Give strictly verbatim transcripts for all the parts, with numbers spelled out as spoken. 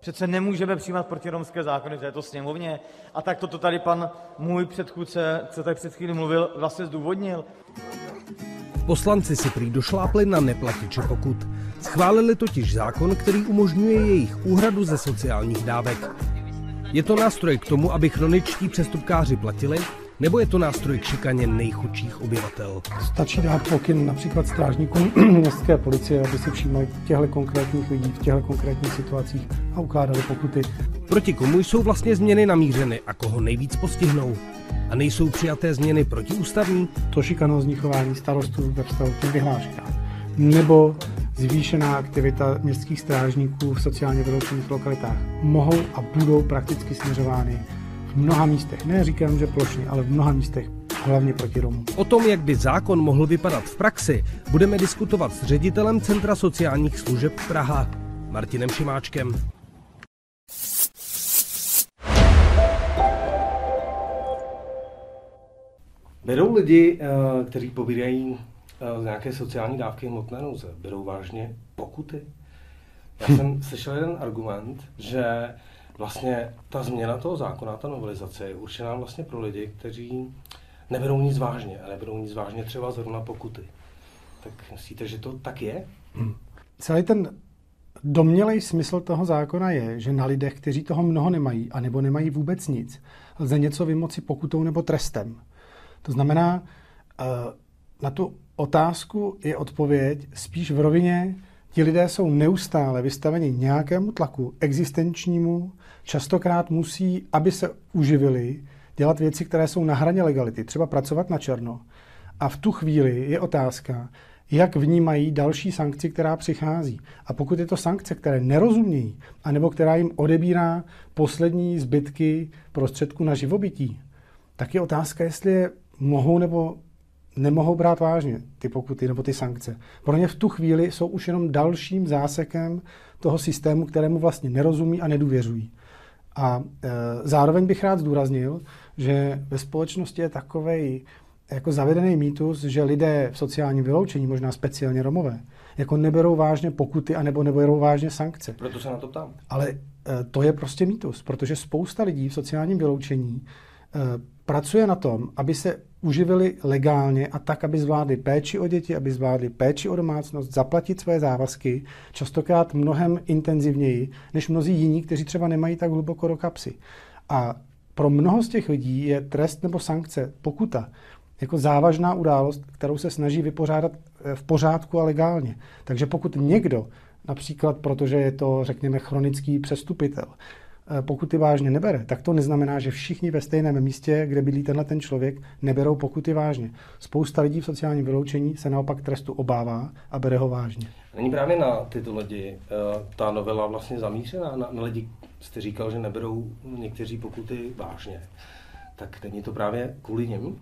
Přece nemůžeme přijímat protiromské zákony v této sněmovně. A tak toto tady pan můj předchůdce, co tady před chvílí mluvil, vlastně zdůvodnil. Poslanci si prý došlápli na neplatiče pokut. Schválili totiž zákon, který umožňuje jejich úhradu ze sociálních dávek. Je to nástroj k tomu, aby chroničtí přestupkáři platili, nebo je to nástroj k šikaně nejchudších obyvatel? Stačí dát pokyn například strážníkům městské policie, aby si všímali těchto konkrétních lidí v těchto konkrétních situacích a ukládali pokuty. Proti komu jsou vlastně změny namířeny a koho nejvíc postihnou? A nejsou přijaté změny protiústavní? To šikanózní chování starostů ve vztahu k těm vyhláškám. Nebo zvýšená aktivita městských strážníků v sociálně vyloučených lokalitách mohou a budou prakticky směřovány v mnoha místech. Ne říkám, že plošně, ale v mnoha místech, hlavně proti Romům. O tom, jak by zákon mohl vypadat v praxi, budeme diskutovat s ředitelem Centra sociálních služeb Praha, Martinem Šimáčkem. Berou lidi, kteří pobírají z nějaké sociální dávky hmotné nouze, berou vážně pokuty? Já jsem slyšel jeden argument, že vlastně ta změna toho zákona, ta novelizace je určená vlastně pro lidi, kteří neberou nic vážně a neberou nic vážně třeba zrovna pokuty. Tak myslíte, že to tak je? Hmm. Celý ten domnělej smysl toho zákona je, že na lidech, kteří toho mnoho nemají, anebo nemají vůbec nic, lze něco vymoci pokutou nebo trestem. To znamená, na tu otázku je odpověď spíš v rovině, ti lidé jsou neustále vystaveni nějakému tlaku existenčnímu, častokrát musí, aby se uživili, dělat věci, které jsou na hraně legality, třeba pracovat na černo. A v tu chvíli je otázka, jak vnímají další sankci, která přichází. A pokud je to sankce, které nerozumějí, anebo která jim odebírá poslední zbytky prostředků na živobytí, tak je otázka, jestli je mohou nebo nemohou brát vážně ty pokuty nebo ty sankce. Pro ně v tu chvíli jsou už jenom dalším zásekem toho systému, kterému vlastně nerozumí a nedůvěřují. A e, zároveň bych rád zdůraznil, že ve společnosti je takovej jako zavedený mýtus, že lidé v sociálním vyloučení, možná speciálně Romové, jako neberou vážně pokuty a nebo neberou vážně sankce. Proto se na to ptám. Ale e, to je prostě mýtus, protože spousta lidí v sociálním vyloučení e, pracuje na tom, aby se uživili legálně a tak, aby zvládli péči o děti, aby zvládli péči o domácnost, zaplatit své závazky, častokrát mnohem intenzivněji, než mnozí jiní, kteří třeba nemají tak hluboko do kapsy. A pro mnoho z těch lidí je trest nebo sankce, pokuta, jako závažná událost, kterou se snaží vypořádat v pořádku a legálně. Takže pokud někdo, například protože je to, řekněme, chronický přestupitel, pokuty vážně nebere, tak to neznamená, že všichni ve stejném místě, kde bydlí tenhle ten člověk, neberou pokuty vážně. Spousta lidí v sociálním vyloučení se naopak trestu obává a bere ho vážně. Není právě na tyto lidi ta novela vlastně zamířená? Na, na lidi jste říkal, že neberou někteří pokuty vážně. Tak není to právě kvůli něm?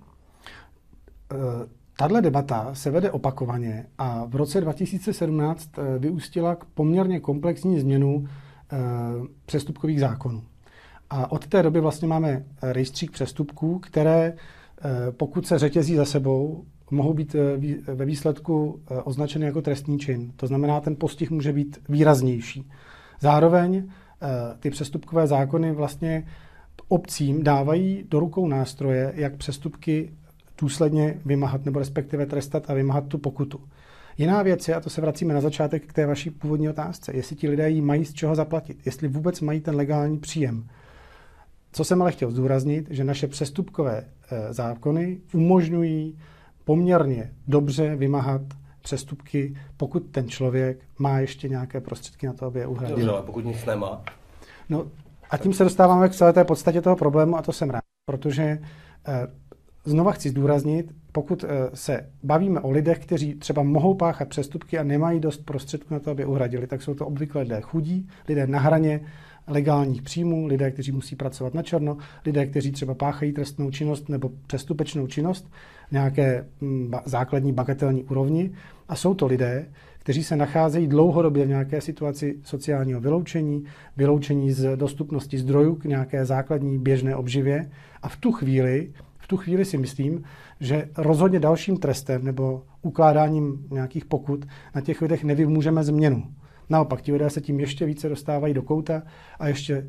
Tahle debata se vede opakovaně a v roce dva tisíce sedmnáct vyústila k poměrně komplexní změnu přestupkových zákonů. A od té doby vlastně máme rejstřík přestupků, které pokud se řetězí za sebou, mohou být ve výsledku označeny jako trestný čin. To znamená, ten postih může být výraznější. Zároveň ty přestupkové zákony vlastně obcím dávají do rukou nástroje, jak přestupky důsledně vymáhat nebo respektive trestat a vymáhat tu pokutu. Jiná věc je, a to se vracíme na začátek k té vaší původní otázce, jestli ti lidé jí mají z čeho zaplatit, jestli vůbec mají ten legální příjem. Co jsem ale chtěl zdůraznit, že naše přestupkové e, zákony umožňují poměrně dobře vymáhat přestupky, pokud ten člověk má ještě nějaké prostředky na to, aby je uhradil. Dobře, ale pokud nic nemá. No a tím se dostáváme k celé té podstatě toho problému a to jsem rád, protože e, znova chci zdůraznit, pokud se bavíme o lidech, kteří třeba mohou páchat přestupky a nemají dost prostředků na to, aby uhradili, tak jsou to obvykle lidé chudí, lidé na hraně legálních příjmů, lidé, kteří musí pracovat na černo, lidé, kteří třeba páchají trestnou činnost nebo přestupečnou činnost v nějaké základní bagatelní úrovni. A jsou to lidé, kteří se nacházejí dlouhodobě v nějaké situaci sociálního vyloučení, vyloučení z dostupnosti zdrojů k nějaké základní běžné obživě. A v tu chvíli V tu chvíli si myslím, že rozhodně dalším trestem nebo ukládáním nějakých pokut na těch lidech nevymůžeme změnu. Naopak, ti lidé se tím ještě více dostávají do kouta a ještě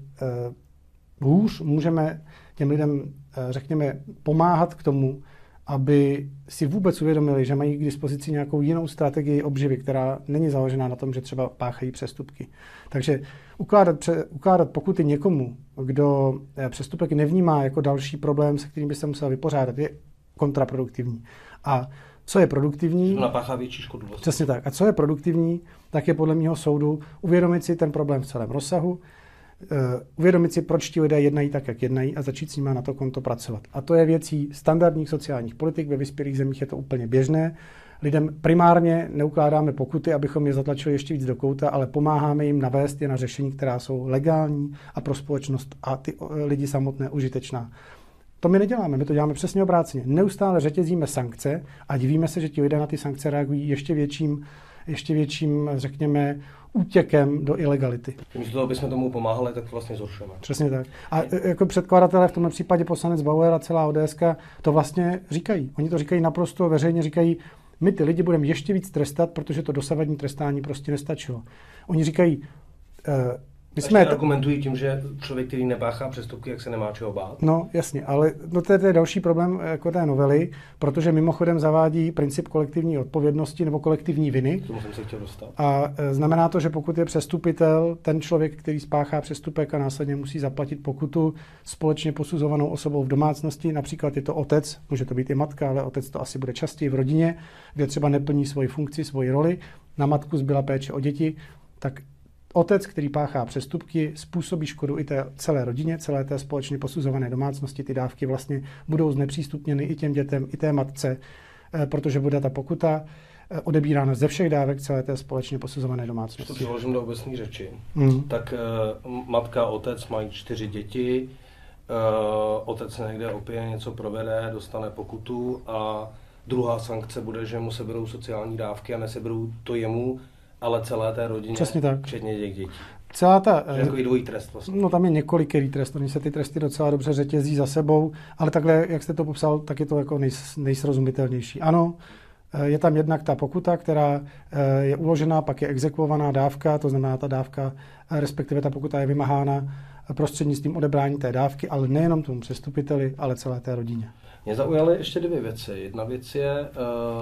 uh, hůř můžeme těm lidem, uh, řekněme, pomáhat k tomu, aby si vůbec uvědomili, že mají k dispozici nějakou jinou strategii obživy, která není založená na tom, že třeba páchají přestupky. Takže ukládat, pře, ukládat pokuty někomu, kdo přestupek nevnímá jako další problém, se kterým by se musel vypořádat, je kontraproduktivní. A co je produktivní? To napáchá větší škodu. Vlastně. Přesně tak. A co je produktivní, tak je podle mého soudu uvědomit si ten problém v celém rozsahu, Uh, uvědomit si, proč ti lidé jednají tak, jak jednají a začít s nimi na to konto pracovat. A to je věcí standardních sociálních politik, ve vyspělých zemích je to úplně běžné. Lidem primárně neukládáme pokuty, abychom je zatlačili ještě víc do kouta, ale pomáháme jim navést je na řešení, která jsou legální a pro společnost a ty lidi samotné užitečná. To my neděláme, my to děláme přesně obráceně. Neustále řetězíme sankce a divíme se, že ti lidé na ty sankce reagují ještě větším, ještě větším, řekněme, útěkem do ilegality. Místo toho, abychom tomu pomáhali, tak to vlastně zhoršujeme. Přesně tak. A jako předkladatelé v tomhle případě poslanec Bauer a celá O D S Ka to vlastně říkají. Oni to říkají naprosto veřejně, říkají, my ty lidi budeme ještě víc trestat, protože to dosavadní trestání prostě nestačilo. Oni říkají, uh, my jsme... t- argumentují tím, že člověk, který nepáchá přestupky, jak se nemá čeho bát. No, jasně, ale no to je, to je další problém jako té novely, protože mimochodem zavádí princip kolektivní odpovědnosti nebo kolektivní viny. K tomu jsem se chtěl dostat. A znamená to, že pokud je přestupitel, ten člověk, který spáchá přestupek a následně musí zaplatit pokutu společně posuzovanou osobou v domácnosti, například je to otec, může to být i matka, ale otec to asi bude častěji v rodině, kde třeba neplní svoji funkci, svoji roli, na matku zbyla péče o děti, tak otec, který páchá přestupky, způsobí škodu i té celé rodině, celé té společně posuzované domácnosti. Ty dávky vlastně budou znepřístupněny i těm dětem, i té matce, protože bude ta pokuta odebírána ze všech dávek celé té společně posuzované domácnosti. Když to přeložím do obecné řeči, mm. tak uh, matka, otec mají čtyři děti, uh, otec se někde opije, něco provede, dostane pokutu a druhá sankce bude, že mu seberou sociální dávky a neseberou to jemu, ale celé té rodině, přesně tak. Včetně těch dětí. Celá ta, že jako i dvojí trest vlastně. No tam je několikerý trest, oni se ty tresty docela dobře řetězí za sebou, ale takhle, jak jste to popsal, tak je to jako nej, nejsrozumitelnější. Ano, je tam jednak ta pokuta, která je uložená, pak je exekvovaná dávka, to znamená ta dávka, respektive ta pokuta je vymáhána prostřednictvím odebrání té dávky, ale nejenom tomu přestupiteli, ale celé té rodině. Mě zaujaly ještě dvě věci. Jedna věc je uh,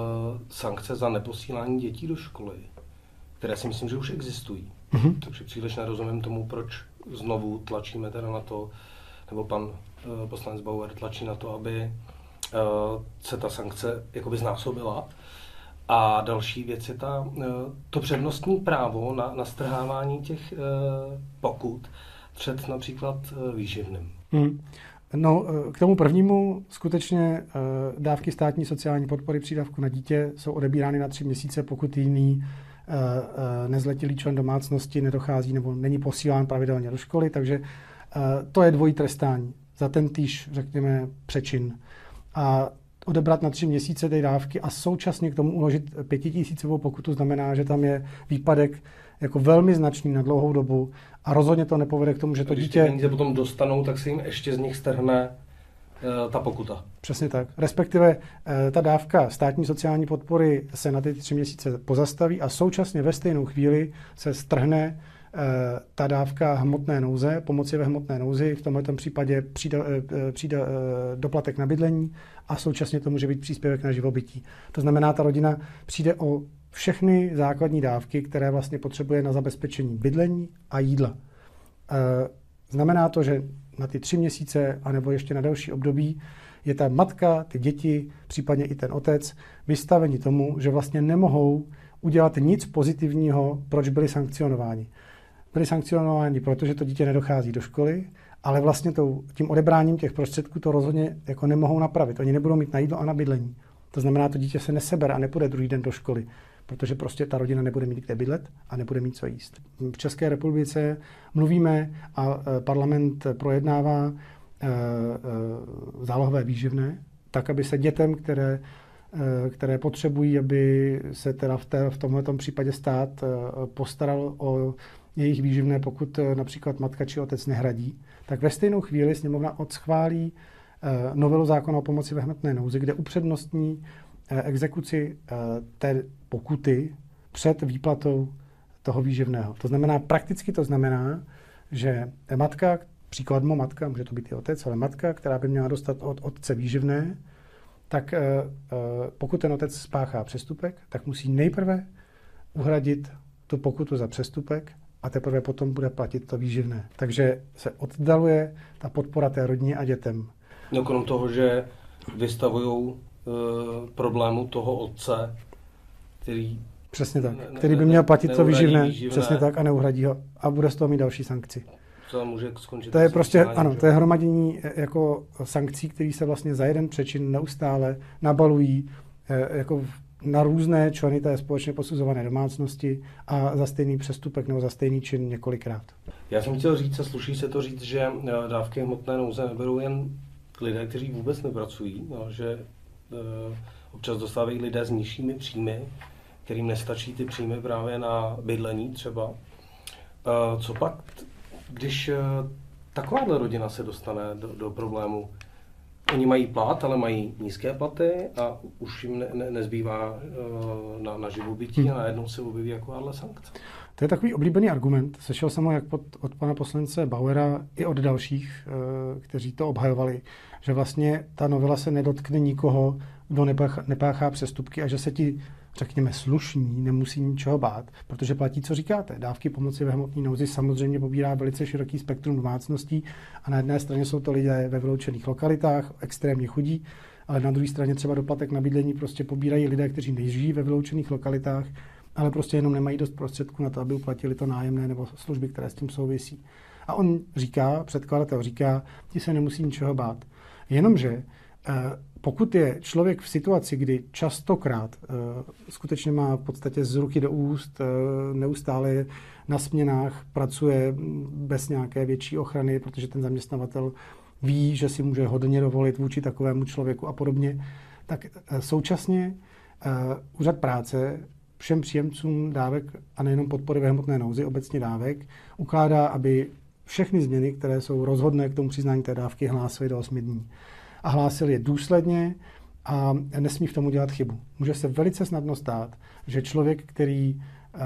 sankce za neposílání dětí do školy, které si myslím, že už existují. Mm-hmm. Takže příliš nerozumím tomu, proč znovu tlačíme teda na to, nebo pan uh, poslanec Bauer tlačí na to, aby uh, se ta sankce jakoby znásobila. A další věc je ta, uh, to přednostní právo na, na strhávání těch uh, pokut před například uh, výživným. Mm. No, k tomu prvnímu skutečně dávky státní sociální podpory přídavku na dítě jsou odebírány na tři měsíce, pokud jiný nezletilý člen domácnosti nedochází nebo není posílán pravidelně do školy, takže to je dvojí trestání za ten týž, řekněme, přečin. A odebrat na tři měsíce té dávky a současně k tomu uložit pětitisícovou pokutu znamená, že tam je výpadek jako velmi značný na dlouhou dobu a rozhodně to nepovede k tomu, že to Když dítě... Když peníze potom dostanou, tak se jim ještě z nich strhne uh, ta pokuta. Přesně tak. Respektive uh, ta dávka státní sociální podpory se na ty tři měsíce pozastaví a současně ve stejnou chvíli se strhne uh, ta dávka hmotné nouze, pomoci ve hmotné nouzi, v tomto případě přijde, uh, přijde uh, doplatek na bydlení a současně to může být příspěvek na živobytí. To znamená, ta rodina přijde o všechny základní dávky, které vlastně potřebuje na zabezpečení bydlení a jídla. E, znamená to, že na ty tři měsíce, anebo ještě na další období, je ta matka, ty děti, případně i ten otec vystaveni tomu, že vlastně nemohou udělat nic pozitivního, proč byli sankcionováni. Byli sankcionováni, protože to dítě nedochází do školy, ale vlastně tím odebráním těch prostředků to rozhodně jako nemohou napravit. Oni nebudou mít na jídlo a na bydlení. To znamená, to dítě se nesebere a nepůjde druhý den do školy, protože prostě ta rodina nebude mít kde bydlet a nebude mít co jíst. V České republice mluvíme a parlament projednává zálohové výživné, tak, aby se dětem, které, které potřebují, aby se teda v, té, v tomhletom případě stát postaral o jejich výživné, pokud například matka či otec nehradí, tak ve stejnou chvíli sněmovna odschválí novelu zákona o pomoci ve hmotné nouzi, kde upřednostní exekuci té pokuty před výplatou toho výživného. To znamená, prakticky to znamená, že matka, příkladmo matka, může to být i otec, ale matka, která by měla dostat od otce výživné, tak pokud ten otec spáchá přestupek, tak musí nejprve uhradit tu pokutu za přestupek a teprve potom bude platit to výživné. Takže se oddaluje ta podpora té rodině a dětem. No krom toho, že vystavují e, problému toho otce, který... Přesně tak, ne, který by měl platit to výživné, výživné, přesně tak, a neuhradí ho. A bude z toho mít další sankci. To může skončit. To je prostě, ano, to je hromadění jako sankcí, které se vlastně za jeden přečin neustále nabalují jako na různé členy té společně posuzované domácnosti a za stejný přestupek nebo za stejný čin několikrát. Já jsem chtěl říct, a sluší se to říct, že dávky hmotné nouze neberou jen lidé, kteří vůbec nepracují, no, že e, občas dostávají lidé s nižšími příjmy, kterým nestačí ty příjmy právě na bydlení třeba. E, co pak, když e, takováhle rodina se dostane do, do problému? Oni mají plat, ale mají nízké platy a už jim ne, ne, nezbývá e, na, na živobytí hmm. a najednou se objeví takováhle sankce. To je takový oblíbený argument. Sešel jsem ho jak pod, od pana poslance Bauera i od dalších, e, kteří to obhajovali, že vlastně ta novela se nedotkne nikoho, kdo nepáchá, nepáchá přestupky a že se ti, řekněme, slušní nemusí ničeho bát, protože platí, co říkáte. Dávky pomoci ve hmotné nouzi samozřejmě pobírá velice široký spektrum domácností a na jedné straně jsou to lidé ve vyloučených lokalitách, extrémně chudí, ale na druhé straně třeba doplatek na bydlení prostě pobírají lidé, kteří nežijí ve vyloučených lokalitách, ale prostě jenom nemají dost prostředků na to, aby uplatili to nájemné nebo služby, které s tím souvisí. A on říká, předkladatel říká, ti se nemusí ničeho bát. Jenomže pokud je člověk v situaci, kdy častokrát uh, skutečně má v podstatě z ruky do úst, uh, neustále na směnách pracuje bez nějaké větší ochrany, protože ten zaměstnavatel ví, že si může hodně dovolit vůči takovému člověku a podobně, tak uh, současně uh, úřad práce všem příjemcům dávek a nejenom podpory ve hmotné nouzi, obecně dávek, ukládá, aby všechny změny, které jsou rozhodné k tomu přiznání té dávky, hlásily do osmi dní. A hlásil je důsledně a nesmí v tomu dělat chybu. Může se velice snadno stát, že člověk, který uh,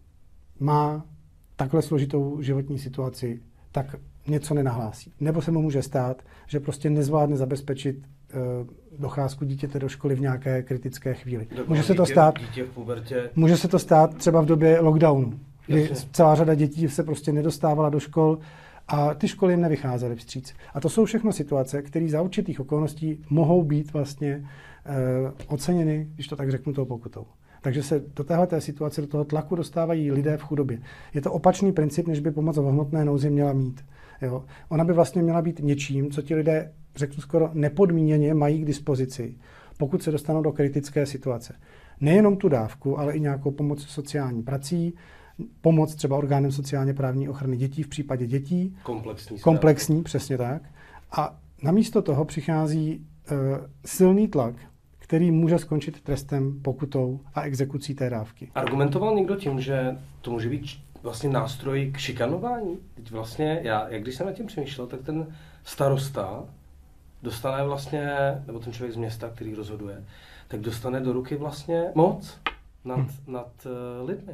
má takhle složitou životní situaci, tak něco nenahlásí. Nebo se mu může stát, že prostě nezvládne zabezpečit uh, docházku dítěte do školy v nějaké kritické chvíli. Dokonce Může se to dítě, stát, dítě v pubertě. Může se to stát třeba v době lockdownu, kdy Jasně. celá řada dětí se prostě nedostávala do škol, a ty školy jim nevycházely vstříc. A to jsou všechno situace, které za určitých okolností mohou být vlastně e, oceněny, když to tak řeknu, tou pokutou. Takže se do téhleté situace, do toho tlaku dostávají lidé v chudobě. Je to opačný princip, než by pomoc v hmotné nouzi měla mít. Jo? Ona by vlastně měla být něčím, co ti lidé, řeknu skoro, nepodmíněně mají k dispozici, pokud se dostanou do kritické situace. Nejenom tu dávku, ale i nějakou pomoc sociální prací, pomoc třeba orgánem sociálně právní ochrany dětí v případě dětí. Komplexní. Komplexní, přesně tak. A namísto toho přichází uh, silný tlak, který může skončit trestem, pokutou a exekucí té dávky. Argumentoval někdo tím, že to může být vlastně nástroj k šikanování? Teď vlastně, já, jak když jsem nad tím přemýšlel, tak ten starosta dostane vlastně, nebo ten člověk z města, který rozhoduje, tak dostane do ruky vlastně moc nad, hmm. nad uh, lidmi.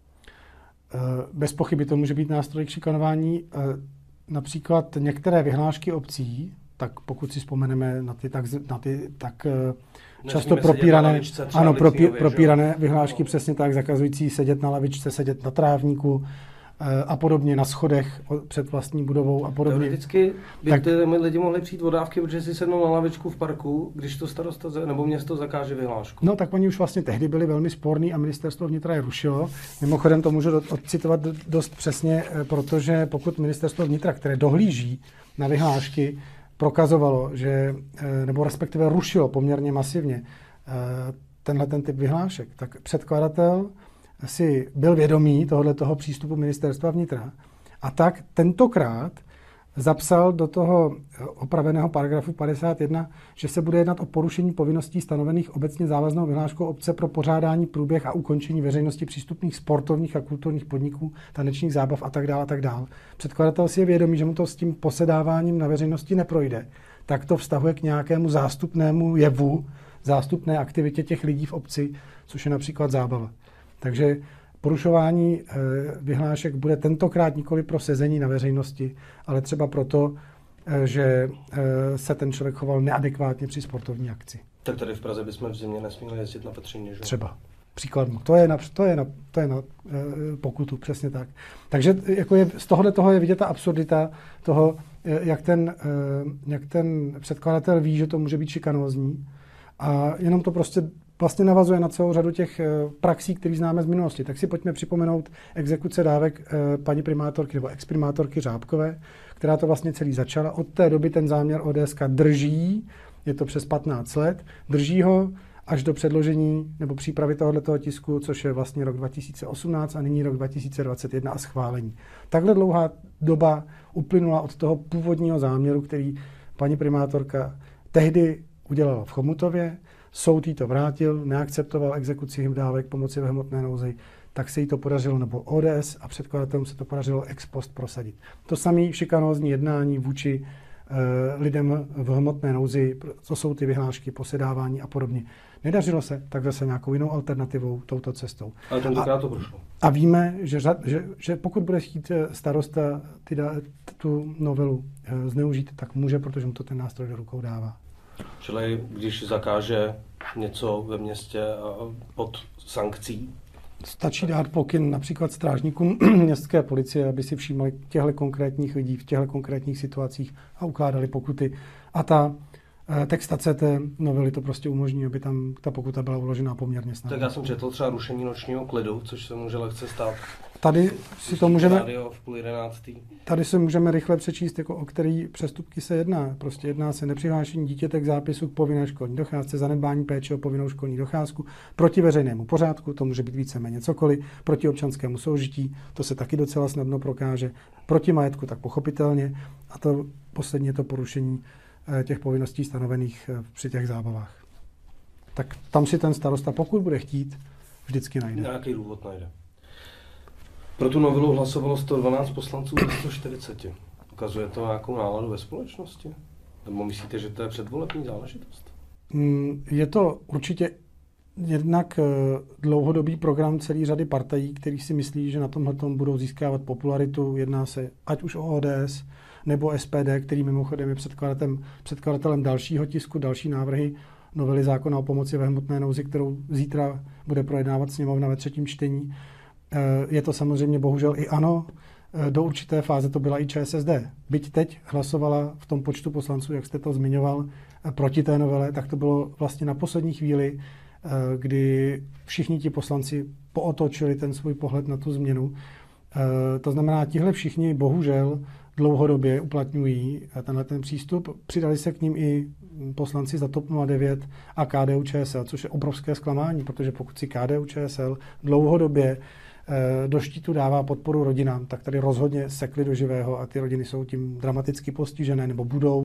Bez pochyby to může být nástroj k šikanování. Například některé vyhlášky obcí, tak pokud si vzpomeneme na ty tak, na ty tak často propírané, lavičce, ano, propí, propírané vyhlášky, no. Přesně tak, zakazující sedět na lavičce, sedět na trávníku a podobně, na schodech před vlastní budovou a podobně. Teoreticky by tak, ty lidi mohli přijít o dávky, protože si sednou na lavičku v parku, když to starosta nebo město zakáže vyhlášku. No tak oni už vlastně tehdy byli velmi sporní a ministerstvo vnitra je rušilo. Mimochodem to můžu odcitovat dost přesně, protože pokud ministerstvo vnitra, které dohlíží na vyhlášky, prokazovalo, že, nebo respektive rušilo poměrně masivně tenhle ten typ vyhlášek, tak předkladatel si byl vědomý tohoto přístupu ministerstva vnitra a tak tentokrát zapsal do toho opraveného paragrafu padesát jedna, že se bude jednat o porušení povinností stanovených obecně závaznou vyhláškou obce pro pořádání, průběh a ukončení veřejnosti přístupných sportovních a kulturních podniků, tanečních zábav a tak dále a tak dále. Předkladatel si je vědomý, že mu to s tím posedáváním na veřejnosti neprojde. Tak to vztahuje k nějakému zástupnému jevu, zástupné aktivitě těch lidí v obci, což je například zábava. Takže porušování vyhlášek bude tentokrát nikoli pro sezení na veřejnosti, ale třeba proto, že se ten člověk choval neadekvátně při sportovní akci. Tak tady v Praze bychom v zimě nesměli jezdit na Petříně, že? Třeba. Příkladmo. To je na, to je na, to je na e, pokutu, přesně tak. Takže jako je, z tohohle toho je vidět ta absurdita toho, jak ten, e, jak ten předkladatel ví, že to může být šikanózní. A jenom to prostě vlastně navazuje na celou řadu těch e, praxí, které známe z minulosti. Tak si pojďme připomenout exekuce dávek e, paní primátorky nebo exprimátorky Řábkové, která to vlastně celý začala. Od té doby ten záměr O D S drží, je to přes patnáct let, drží ho až do předložení nebo přípravy tohoto tisku, což je vlastně rok dva tisíce osmnáct a nyní rok dva tisíce dvacet jedna a schválení. Takhle dlouhá doba uplynula od toho původního záměru, který paní primátorka tehdy udělala v Chomutově, soud jí to vrátil, neakceptoval exekuci dávek pomoci ve hmotné nouzi, tak se jí to podařilo, nebo O D S a předkladatelům se to podařilo ex post prosadit. To samé šikanózní jednání vůči lidem v hmotné nouzi, co jsou ty vyhlášky, posedávání a podobně. Nedařilo se, tak zase nějakou jinou alternativou, touto cestou. Ale tentokrát to prošlo. A víme, že, že, že pokud bude chtít starosta ty, tu novelu zneužít, tak může, protože mu to ten nástroj do rukou dává. Čili když zakáže něco ve městě pod sankcí, stačí dát pokyn například strážníkům městské policie, aby si všímali těchto konkrétních lidí v těchto konkrétních situacích a ukládali pokuty. A ta textace té novely to prostě umožní, aby tam ta pokuta byla uložená poměrně snadno. Tak já jsem četl třeba rušení nočního klidu, což se může lehce stát. Tady si to můžeme, v půl jedenáctý. Tady se můžeme rychle přečíst, jako o který přestupky se jedná. Prostě jedná se nepřihlášení dítěte k zápisu k povinné školní docházce, zanedbání péče o povinnou školní docházku, proti veřejnému pořádku, to může být víceméně cokoliv, proti občanskému soužití, to se taky docela snadno prokáže, proti majetku tak pochopitelně, a to poslední je to porušení těch povinností stanovených při těch zábavách. Tak tam si ten starosta, pokud bude chtít, vždycky najde. Nějaký důvod najde. Pro tu novelu hlasovalo sto dvanáct poslanců ze sto čtyřicet. Ukazuje to nějakou náladu ve společnosti? Nebo myslíte, že to je předvolební záležitost? Je to určitě jednak dlouhodobý program celé řady partají, který si myslí, že na tomhle budou získávat popularitu. Jedná se ať už o O D S nebo S P D, který mimochodem je předkladatelem, předkladatelem dalšího tisku, další návrhy novely zákona o pomoci ve hmotné nouzi, kterou zítra bude projednávat sněmovna ve třetím čtení. Je to samozřejmě bohužel i ANO. Do určité fáze to byla i Č S S D. Byť teď hlasovala v tom počtu poslanců, jak jste to zmiňoval, proti té novele, tak to bylo vlastně na poslední chvíli, kdy všichni ti poslanci pootočili ten svůj pohled na tu změnu. To znamená, tihle všichni bohužel dlouhodobě uplatňují tenhle ten přístup. Přidali se k ním i poslanci za TOP nula devět a K D U Č S L, což je obrovské zklamání, protože pokud si K D U Č S L dlouhodobě do štítu dává podporu rodinám, tak tady rozhodně sekli do živého a ty rodiny jsou tím dramaticky postižené nebo budou.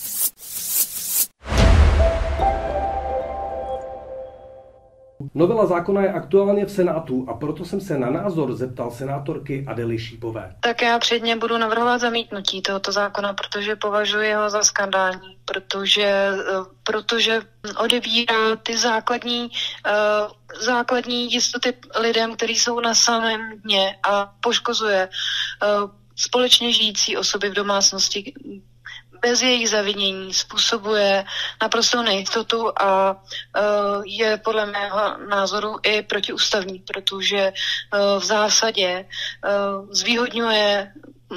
Novela zákona je aktuálně v Senátu a proto jsem se na názor zeptal senátorky Adely Šípové. Tak já předně budu navrhovat zamítnutí tohoto zákona, protože považuji ho za skandální, protože, protože odebírá ty základní, základní jistoty lidem, kteří jsou na samém dně a poškozuje společně žijící osoby v domácnosti bez jejich zavinění, způsobuje naprostou nejistotu a uh, je podle mého názoru i protiústavní, protože uh, v zásadě uh, zvýhodňuje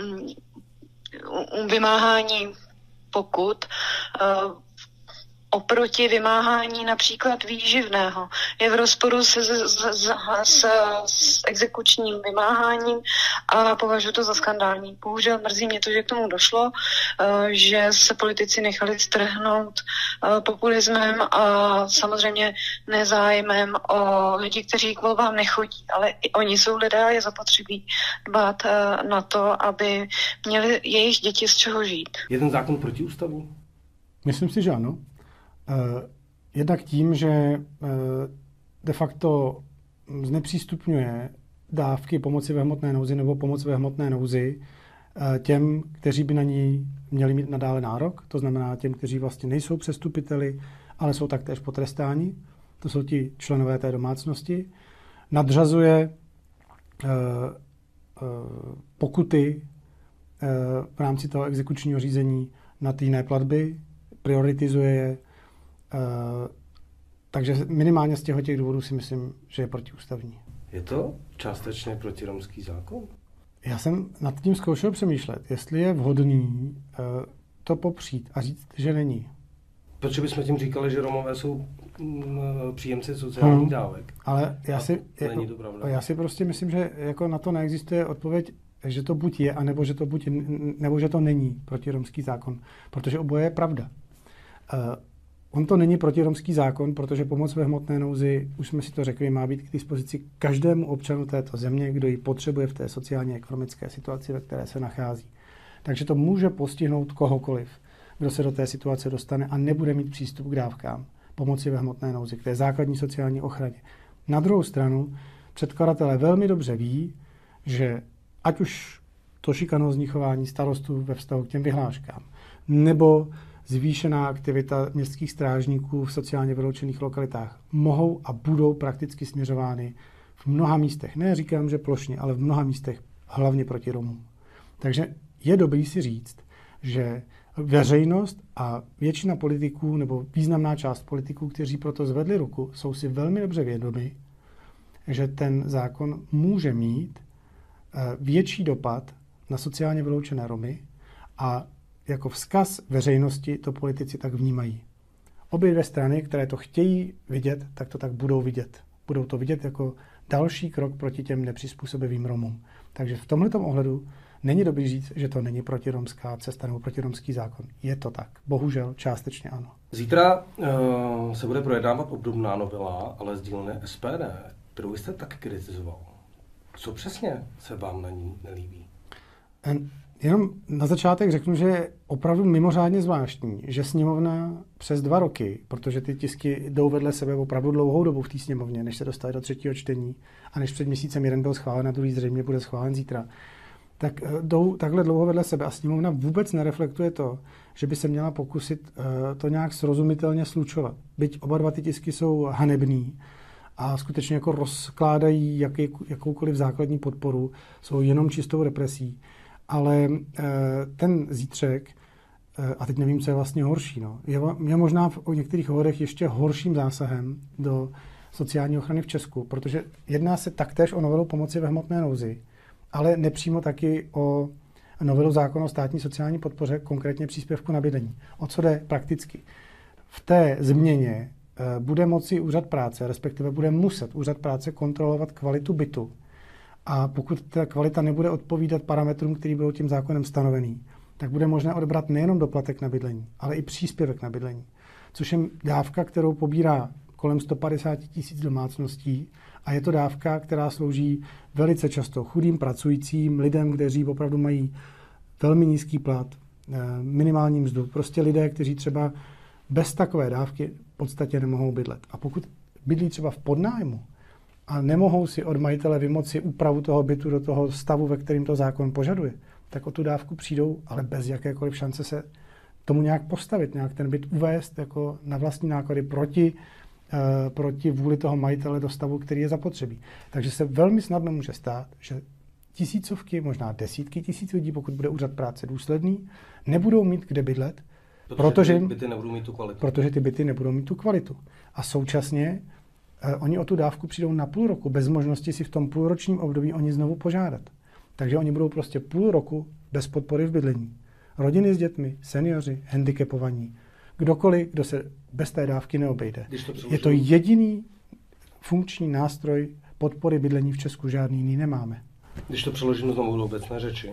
um, vymáhání pokut uh, oproti vymáhání například výživného. Je v rozporu se, s, s, s, s exekučním vymáháním a považuji to za skandální. Bohužel mrzí mě to, že k tomu došlo, že se politici nechali strhnout populismem a samozřejmě nezájmem o lidi, kteří k volbám nechodí, ale i oni jsou lidé a je zapotřebí dbát na to, aby měli jejich děti z čeho žít. Je ten zákon protiústavní? Myslím si, že ano. Jednak tím, že de facto znepřístupňuje dávky pomoci ve hmotné nouzi nebo pomoc ve hmotné nouzi těm, kteří by na ní měli mít nadále nárok, to znamená těm, kteří vlastně nejsou přestupiteli, ale jsou taktéž potrestáni, to jsou ti členové té domácnosti, nadřazuje pokuty v rámci toho exekučního řízení na ty jiné platby, prioritizuje je. Takže minimálně z těchto těch důvodů si myslím, že je protiústavní. Je to částečně protiromský zákon? Já jsem nad tím zkoušel přemýšlet, jestli je vhodný to popřít a říct, že není. Protože bychom tím říkali, že Romové jsou příjemci sociálních hmm. dávek. Ale já si, není to pravda. Já si prostě myslím, že jako na to neexistuje odpověď, že to buď je, anebo že to buď nebo že to není protiromský zákon, protože oboje je pravda. Uh, on to není protiromský zákon, protože pomoc ve hmotné nouzi, už jsme si to řekli, má být k dispozici každému občanu této země, kdo ji potřebuje v té sociálně ekonomické situaci, ve které se nachází. Takže to může postihnout kohokoliv, kdo se do té situace dostane a nebude mít přístup k dávkám pomoci ve hmotné nouzi, k té základní sociální ochraně. Na druhou stranu, předkladatelé velmi dobře ví, že ať už to šikanózní chování starostů ve vztahu k těm vyhláškám, nebo zvýšená aktivita městských strážníků v sociálně vyloučených lokalitách mohou a budou prakticky směřovány v mnoha místech. Ne říkám, že plošně, ale v mnoha místech hlavně proti Romům. Takže je dobrý si říct, že veřejnost a většina politiků nebo významná část politiků, kteří proto zvedli ruku, jsou si velmi dobře vědomi, že ten zákon může mít větší dopad na sociálně vyloučené Romy a jako vzkaz veřejnosti to politici tak vnímají. Obě dvě strany, které to chtějí vidět, tak to tak budou vidět. Budou to vidět jako další krok proti těm nepřizpůsobivým Romům. Takže v tomhletom ohledu není dobrý říct, že to není protiromská cesta nebo protiromský zákon. Je to tak. Bohužel částečně ano. Zítra uh, se bude projednávat obdobná novela, ale z dílny S P D, kterou jste tak kritizoval. Co přesně se vám na ní nelíbí? En, jenom na začátek řeknu, že je opravdu mimořádně zvláštní, že sněmovna přes dva roky, protože ty tisky jdou vedle sebe opravdu dlouhou dobu v té sněmovně, než se dostali do třetího čtení a než před měsícem jeden byl schválen a druhý zřejmě bude schválen zítra, tak jdou takhle dlouho vedle sebe a sněmovna vůbec nereflektuje to, že by se měla pokusit to nějak srozumitelně slučovat. Byť oba dva ty tisky jsou hanebný a skutečně jako rozkládají jaký, jakoukoliv základní podporu, jsou jenom čistou represí. Ale ten zítřek, a teď nevím, co je vlastně horší, no, je, je možná v některých ohledech ještě horším zásahem do sociální ochrany v Česku, protože jedná se taktéž o novelu pomoci ve hmotné nouzi, ale nepřímo taky o novelu zákona o státní sociální podpoře, konkrétně příspěvku na bydlení. O co jde prakticky? V té změně bude moci úřad práce, respektive bude muset úřad práce kontrolovat kvalitu bytu. A pokud ta kvalita nebude odpovídat parametrům, který budou tím zákonem stanovený, tak bude možné odebrat nejenom doplatek na bydlení, ale i příspěvek na bydlení, což je dávka, kterou pobírá kolem sto padesát tisíc domácností a je to dávka, která slouží velice často chudým pracujícím, lidem, kteří opravdu mají velmi nízký plat, minimální mzdu, prostě lidé, kteří třeba bez takové dávky v podstatě nemohou bydlet. A pokud bydlí třeba v podnájmu a nemohou si od majitele vymoci úpravu toho bytu do toho stavu, ve kterým to zákon požaduje, tak o tu dávku přijdou, ale bez jakékoliv šance se tomu nějak postavit, nějak ten byt uvést jako na vlastní náklady proti, uh, proti vůli toho majitele do stavu, který je zapotřebí. Takže se velmi snadno může stát, že tisícovky, možná desítky tisíc lidí, pokud bude úřad práce důsledný, nebudou mít kde bydlet, protože, protože ty byty nebudou mít tu kvalitu. Protože ty byty nebudou mít tu kvalitu. A současně eh, oni o tu dávku přijdou na půl roku, bez možnosti si v tom půlročním období o ní znovu požádat. Takže oni budou prostě půl roku bez podpory v bydlení. Rodiny s dětmi, seniori, handicapovaní, kdokoliv, kdo se bez té dávky neobejde. To je to jediný funkční nástroj podpory bydlení v Česku, žádný jiný nemáme. Když to přeložím znovu do obecné řeči,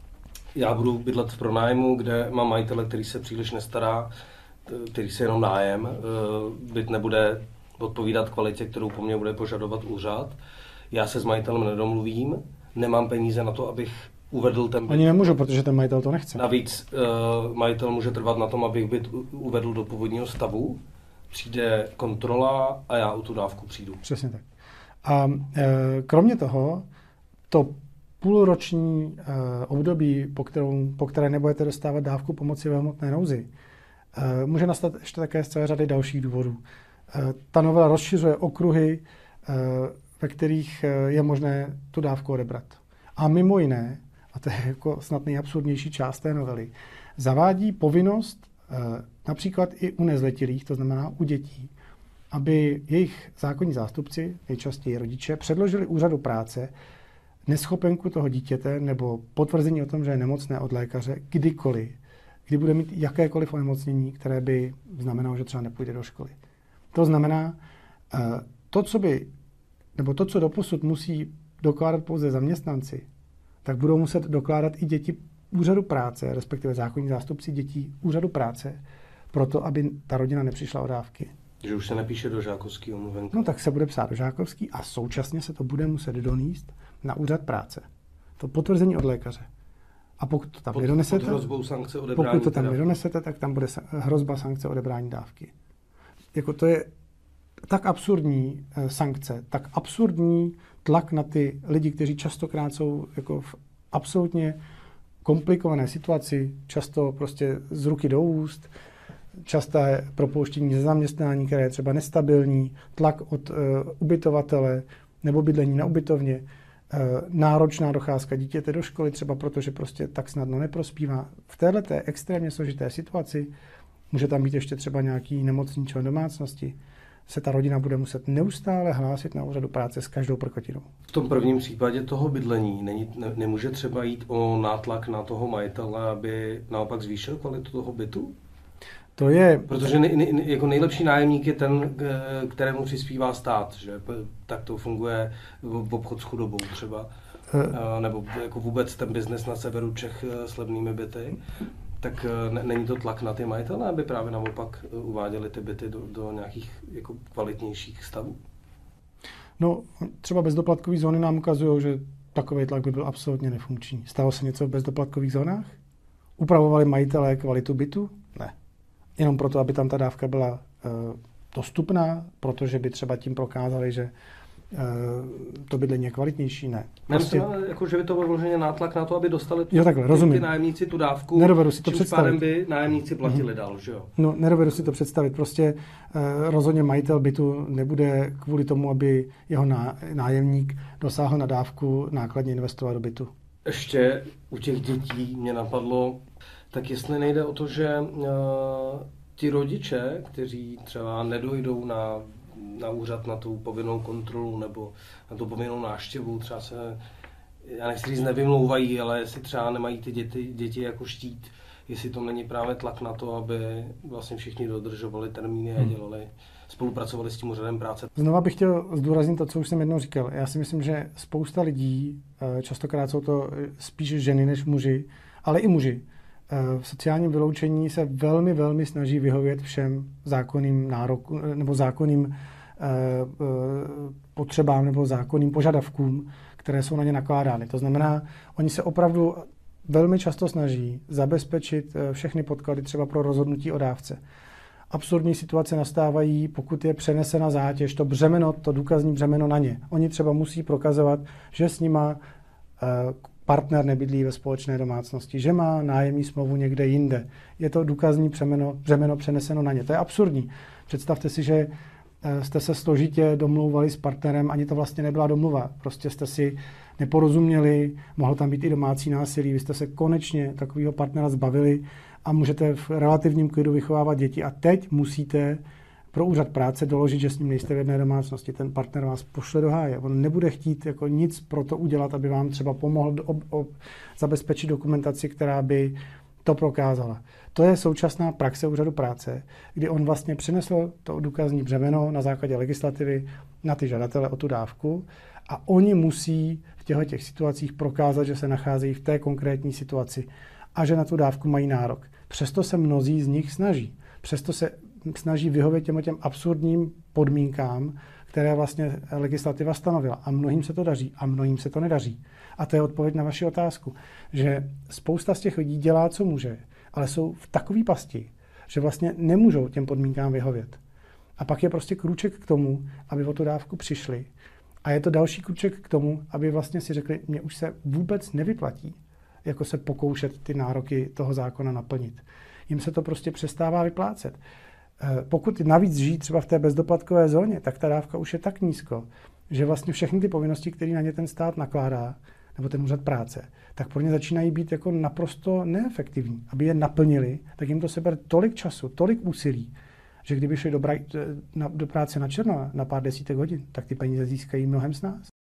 já budu bydlet v pronájmu, kde mám majitele, který se příliš nestará, který se jenom nájem, byt nebude odpovídat kvalitě, kterou po mně bude požadovat úřad. Já se s majitelem nedomluvím, nemám peníze na to, abych uvedl ten byt. Oni nemůžou, protože ten majitel to nechce. Navíc uh, majitel může trvat na tom, abych byt uvedl do původního stavu. Přijde kontrola a já o tu dávku přijdu. Přesně tak. A e, kromě toho, to půlroční e, období, po, kterou, po které nebudete dostávat dávku pomoci ve hmotné nouzi, e, může nastat ještě také z celé řady dalších důvodů. E, ta novela rozšiřuje okruhy, e, ve kterých je možné tu dávku odebrat. A mimo jiné, a to je jako snad nejabsurdnější část té novely, zavádí povinnost například i u nezletilých, to znamená u dětí, aby jejich zákonní zástupci, nejčastěji rodiče, předložili úřadu práce neschopenku toho dítěte nebo potvrzení o tom, že je nemocné od lékaře kdykoliv, kdy bude mít jakékoliv onemocnění, které by znamenalo, že třeba nepůjde do školy. To znamená, to, co by, nebo to, co doposud musí dokládat pouze zaměstnanci, tak budou muset dokládat i děti úřadu práce, respektive zákonní zástupci dětí úřadu práce, proto, aby ta rodina nepřišla o dávky. Že už se nepíše do žákovský omluvenky. No tak se bude psát do žákovský a současně se to bude muset donést na úřad práce. To potvrzení od lékaře. A pokud to tam pod, nedonesete, pod hrozbou sankce odebrání pokud to tam teda. nedonesete, tak tam bude hrozba sankce odebrání dávky. Jako to je tak absurdní sankce, tak absurdní tlak na ty lidi, kteří častokrát jsou jako v absolutně komplikované situaci, často prostě z ruky do úst, časté propouštění ze zaměstnání, které je třeba nestabilní, tlak od uh, ubytovatele nebo bydlení na ubytovně, uh, náročná docházka dítěte do školy, třeba protože prostě tak snadno neprospívá. V této extrémně složité situaci může tam být ještě třeba nějaký nemocný člen domácnosti, se ta rodina bude muset neustále hlásit na úřadu práce s každou prkotinou. V tom prvním případě toho bydlení není, ne, nemůže třeba jít o nátlak na toho majitele, aby naopak zvýšil kvalitu toho bytu? To je... Protože nej, nej, jako nejlepší nájemník je ten, kterému přispívá stát, že tak to funguje v obchod s chudobou třeba, uh, nebo jako vůbec ten biznes na severu Čech s levnými byty. Tak ne, není to tlak na ty majitele, aby právě naopak uváděli ty byty do, do nějakých jako kvalitnějších stavů? No, třeba bezdoplatkový zóny nám ukazují, že takový tlak by byl absolutně nefunkční. Stalo se něco v bezdoplatkových zónách? Upravovali majitelé kvalitu bytu? Ne. Jenom proto, aby tam ta dávka byla uh, dostupná, protože by třeba tím prokázali, že uh, to bydlení je kvalitnější? Ne. Prostě... Myslím, jako, že by to byl vloženě nátlak na to, aby dostali jo, takhle, ty, rozumím. ty nájemníci tu dávku, nedovedu si to čímž představit. pádem by nájemníci platili mm-hmm. dál, že jo? No, nedovedu si to představit. Prostě uh, rozhodně majitel bytu nebude kvůli tomu, aby jeho ná, nájemník dosáhl na dávku, nákladně investovat do bytu. Ještě u těch dětí mě napadlo, tak jestli nejde o to, že uh, ti rodiče, kteří třeba nedojdou na, na úřad na tu povinnou kontrolu nebo na tu povinnou návštěvu, třeba se, já nechci říct, nevymlouvají, ale jestli třeba nemají ty děti, děti jako štít, jestli to není právě tlak na to, aby vlastně všichni dodržovali termíny a dělali, spolupracovali s tím úřadem práce. Znova bych chtěl zdůraznit to, co už jsem jednou říkal. Já si myslím, že spousta lidí, častokrát jsou to spíš ženy než muži, ale i muži, v sociálním vyloučení se velmi, velmi snaží vyhovět všem zákonným nárokům nebo zákonným potřebám nebo zákonným požadavkům, které jsou na ně nakládány. To znamená, oni se opravdu velmi často snaží zabezpečit všechny podklady třeba pro rozhodnutí o dávce. Absurdní situace nastávají, pokud je přenesena zátěž, to břemeno, to důkazní břemeno na ně. Oni třeba musí prokazovat, že s nima partner nebydlí ve společné domácnosti, že má nájemní smlouvu někde jinde. Je to důkazní břemeno, břemeno přeneseno na ně. To je absurdní. Představte si, že jste se složitě domlouvali s partnerem, ani to vlastně nebyla domluva. Prostě jste si neporozuměli, mohlo tam být i domácí násilí, vy jste se konečně takového partnera zbavili a můžete v relativním klidu vychovávat děti. A teď musíte pro úřad práce doložit, že s ním nejste v jedné domácnosti. Ten partner vás pošle do háje. On nebude chtít jako nic pro to udělat, aby vám třeba pomohl ob, ob, zabezpečit dokumentaci, která by to prokázala. To je současná praxe úřadu práce, kdy on vlastně přinesl to důkazní břemeno na základě legislativy na ty žadatele o tu dávku a oni musí v těchto těch situacích prokázat, že se nacházejí v té konkrétní situaci a že na tu dávku mají nárok. Přesto se mnozí z nich snaží. Přesto se snaží vyhovět těm, těm absurdním podmínkám, které vlastně legislativa stanovila. A mnohým se to daří a mnohým se to nedaří. A to je odpověď na vaši otázku, že spousta z těch lidí dělá, co může, ale jsou v takové pasti, že vlastně nemůžou těm podmínkám vyhovět. A pak je prostě krůček k tomu, aby o tu dávku přišli. A je to další krůček k tomu, aby vlastně si řekli, mně už se vůbec nevyplatí jako se pokoušet ty nároky toho zákona naplnit. Jim se to prostě přestává vyplácet. Pokud navíc žijí třeba v té bezdoplatkové zóně, tak ta dávka už je tak nízko, že vlastně všechny ty povinnosti, které na ně ten stát nakládá, nebo ten úřad práce, tak pro ně začínají být jako naprosto neefektivní. Aby je naplnili, tak jim to sebere tolik času, tolik úsilí, že kdyby šli do, bra- na, do práce na černo na pár desítek hodin, tak ty peníze získají mnohem z nás.